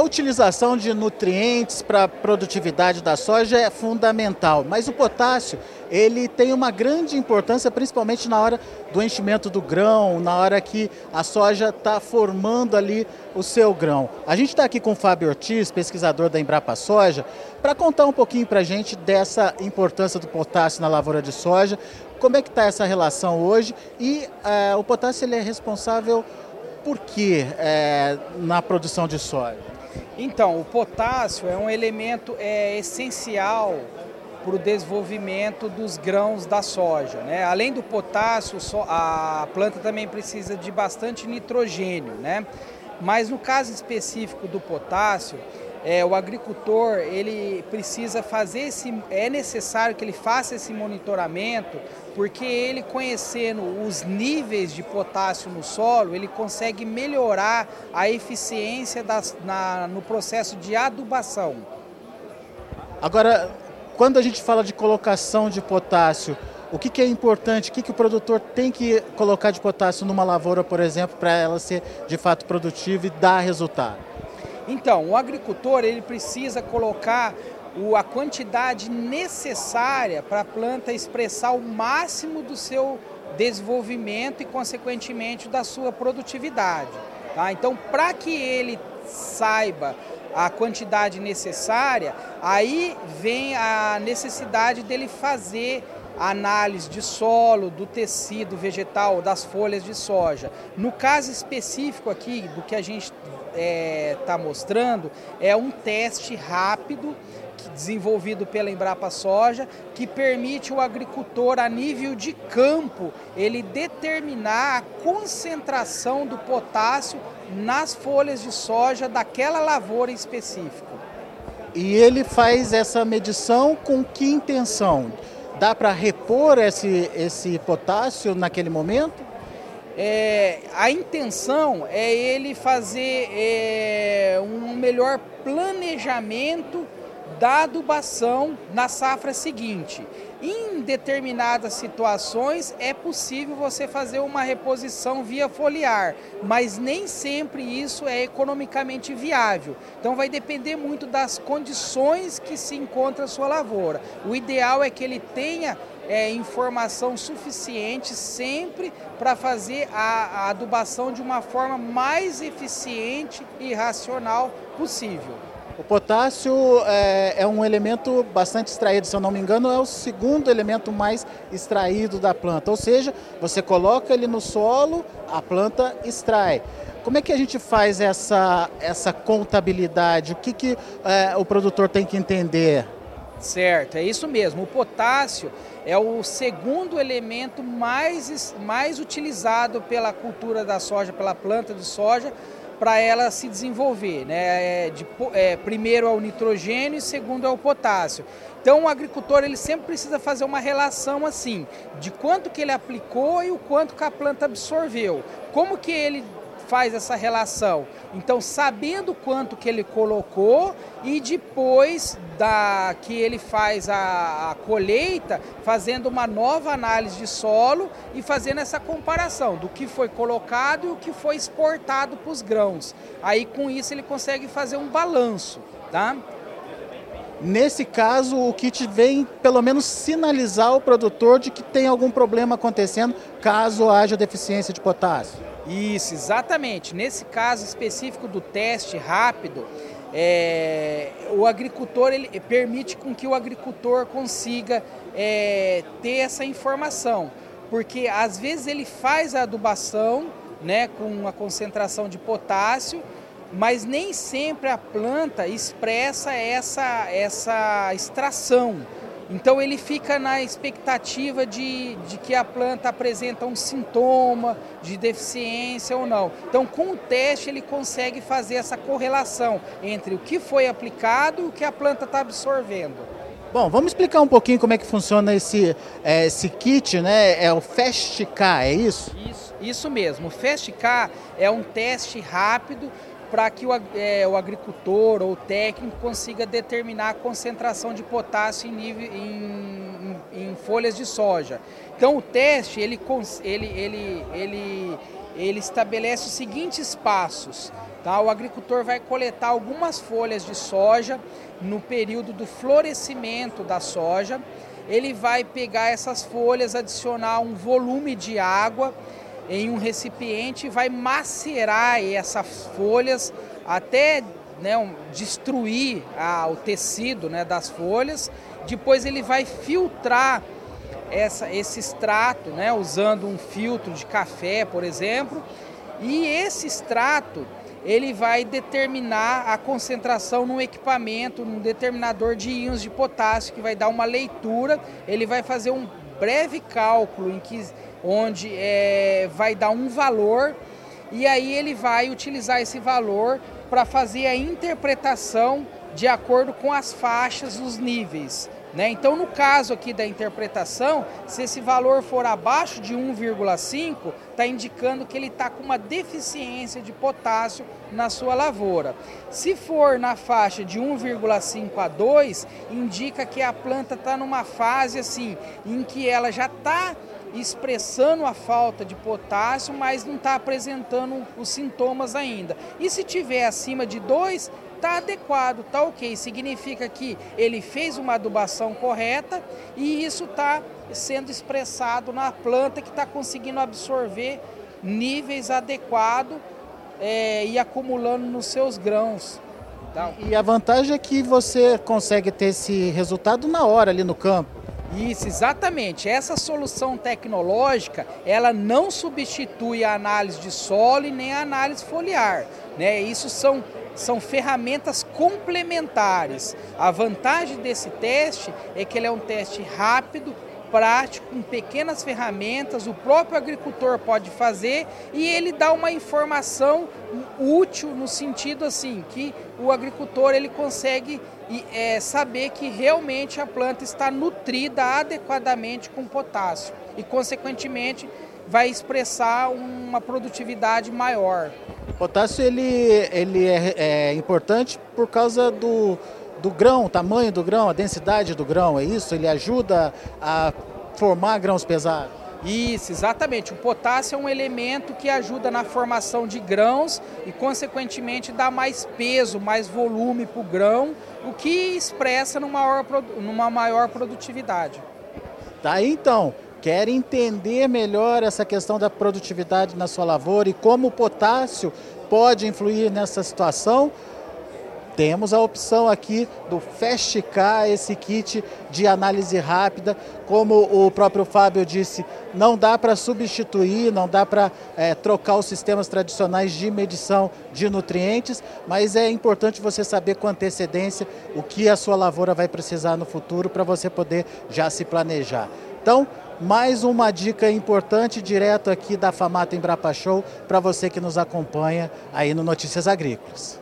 utilização de nutrientes para a produtividade da soja é fundamental, mas o potássio ele tem uma grande importância, principalmente na hora do enchimento do grão, na hora que a soja está formando ali o seu grão. A gente está aqui com o Fábio Ortiz, pesquisador da Embrapa Soja, para contar um pouquinho para a gente dessa importância do potássio na lavoura de soja, como é que está essa relação hoje e o potássio ele é responsável por quê na produção de soja? Então, o potássio é um elemento essencial para o desenvolvimento dos grãos da soja, né? Além do potássio, a planta também precisa de bastante nitrogênio, né? Mas no caso específico do potássio, o agricultor ele precisa fazer é necessário que ele faça esse monitoramento, porque ele conhecendo os níveis de potássio no solo, ele consegue melhorar a eficiência no processo de adubação. Agora, quando a gente fala de colocação de potássio, o que é importante, o que o produtor tem que colocar de potássio numa lavoura, por exemplo, para ela ser de fato produtiva e dar resultado? Então, o agricultor ele precisa colocar a quantidade necessária para a planta expressar o máximo do seu desenvolvimento e, consequentemente, da sua produtividade. Tá? Então, para que ele saiba a quantidade necessária, aí vem a necessidade dele fazer a análise de solo, do tecido vegetal, das folhas de soja. No caso específico aqui do que a gente está mostrando, é um teste rápido desenvolvido pela Embrapa Soja, que permite o agricultor, a nível de campo, ele determinar a concentração do potássio nas folhas de soja daquela lavoura em específico. E ele faz essa medição com que intenção? Dá para repor esse potássio naquele momento? A intenção é ele fazer um melhor planejamento da adubação na safra seguinte. Em determinadas situações é possível você fazer uma reposição via foliar, mas nem sempre isso é economicamente viável. Então vai depender muito das condições que se encontra a sua lavoura. O ideal é que ele tenha informação suficiente sempre para fazer a adubação de uma forma mais eficiente e racional possível. O potássio é um elemento bastante extraído, se eu não me engano, é o segundo elemento mais extraído da planta. Ou seja, você coloca ele no solo, a planta extrai. Como é que a gente faz essa contabilidade? O que o produtor tem que entender? Certo, é isso mesmo. O potássio é o segundo elemento mais utilizado pela cultura da soja, pela planta de soja, para ela se desenvolver, né? Primeiro é o nitrogênio e segundo é o potássio. Então o agricultor ele sempre precisa fazer uma relação assim, de quanto que ele aplicou e o quanto que a planta absorveu. Como que ele faz essa relação? Então, sabendo quanto que ele colocou e depois que ele faz a colheita, fazendo uma nova análise de solo e fazendo essa comparação do que foi colocado e o que foi exportado para os grãos. Aí, com isso, ele consegue fazer um balanço, tá? Nesse caso, o kit vem pelo menos sinalizar ao produtor de que tem algum problema acontecendo caso haja deficiência de potássio. Isso, exatamente. Nesse caso específico do teste rápido, o agricultor ele permite com que o agricultor consiga ter essa informação, porque às vezes ele faz a adubação, né, com uma concentração de potássio, mas nem sempre a planta expressa essa extração. Então ele fica na expectativa de que a planta apresenta um sintoma de deficiência ou não. Então com o teste ele consegue fazer essa correlação entre o que foi aplicado e o que a planta está absorvendo. Bom, vamos explicar um pouquinho como é que funciona esse kit, né? É o FastK, é isso? Isso mesmo. O FastK é um teste rápido para que o agricultor ou o técnico consiga determinar a concentração de potássio em folhas de soja. Então o teste ele estabelece os seguintes passos. Tá? O agricultor vai coletar algumas folhas de soja no período do florescimento da soja. Ele vai pegar essas folhas, adicionar um volume de água em um recipiente e vai macerar essas folhas até destruir o tecido das folhas. Depois ele vai filtrar esse extrato, usando um filtro de café, por exemplo. E esse extrato ele vai determinar a concentração num equipamento, num determinador de íons de potássio, que vai dar uma leitura. Ele vai fazer um breve cálculo onde vai dar um valor, e aí ele vai utilizar esse valor para fazer a interpretação de acordo com as faixas dos níveis. Então, no caso aqui da interpretação, se esse valor for abaixo de 1,5, está indicando que ele está com uma deficiência de potássio na sua lavoura. Se for na faixa de 1,5 a 2, indica que a planta está numa fase assim, em que ela já está expressando a falta de potássio, mas não está apresentando os sintomas ainda. E se tiver acima de 2, está adequado, está ok. Significa que ele fez uma adubação correta e isso está sendo expressado na planta, que está conseguindo absorver níveis adequados e acumulando nos seus grãos. Então, e a vantagem é que você consegue ter esse resultado na hora ali no campo. Isso, exatamente. Essa solução tecnológica, ela não substitui a análise de solo e nem a análise foliar. Isso são ferramentas complementares. A vantagem desse teste é que ele é um teste rápido, prático, com pequenas ferramentas, o próprio agricultor pode fazer e ele dá uma informação útil no sentido assim, que o agricultor ele consegue saber que realmente a planta está nutrida adequadamente com potássio e, consequentemente, vai expressar uma produtividade maior. O potássio ele é importante por causa do grão, o tamanho do grão, a densidade do grão, é isso? Ele ajuda a formar grãos pesados? Isso, exatamente. O potássio é um elemento que ajuda na formação de grãos e, consequentemente, dá mais peso, mais volume para o grão, o que expressa numa maior produtividade. Tá aí, então. Quer entender melhor essa questão da produtividade na sua lavoura e como o potássio pode influir nessa situação? Temos a opção aqui do FastK, esse kit de análise rápida. Como o próprio Fábio disse, não dá para substituir, não dá para trocar os sistemas tradicionais de medição de nutrientes, mas é importante você saber com antecedência o que a sua lavoura vai precisar no futuro para você poder já se planejar. Então, mais uma dica importante direto aqui da FAMATA Embrapa Show para você que nos acompanha aí no Notícias Agrícolas.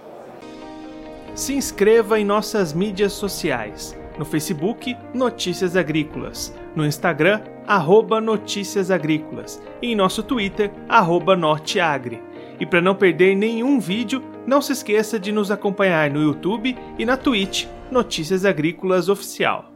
Se inscreva em nossas mídias sociais. No Facebook, Notícias Agrícolas. No Instagram, @Notícias Agrícolas. E em nosso Twitter, @Norteagri. E para não perder nenhum vídeo, não se esqueça de nos acompanhar no YouTube e na Twitch, Notícias Agrícolas Oficial.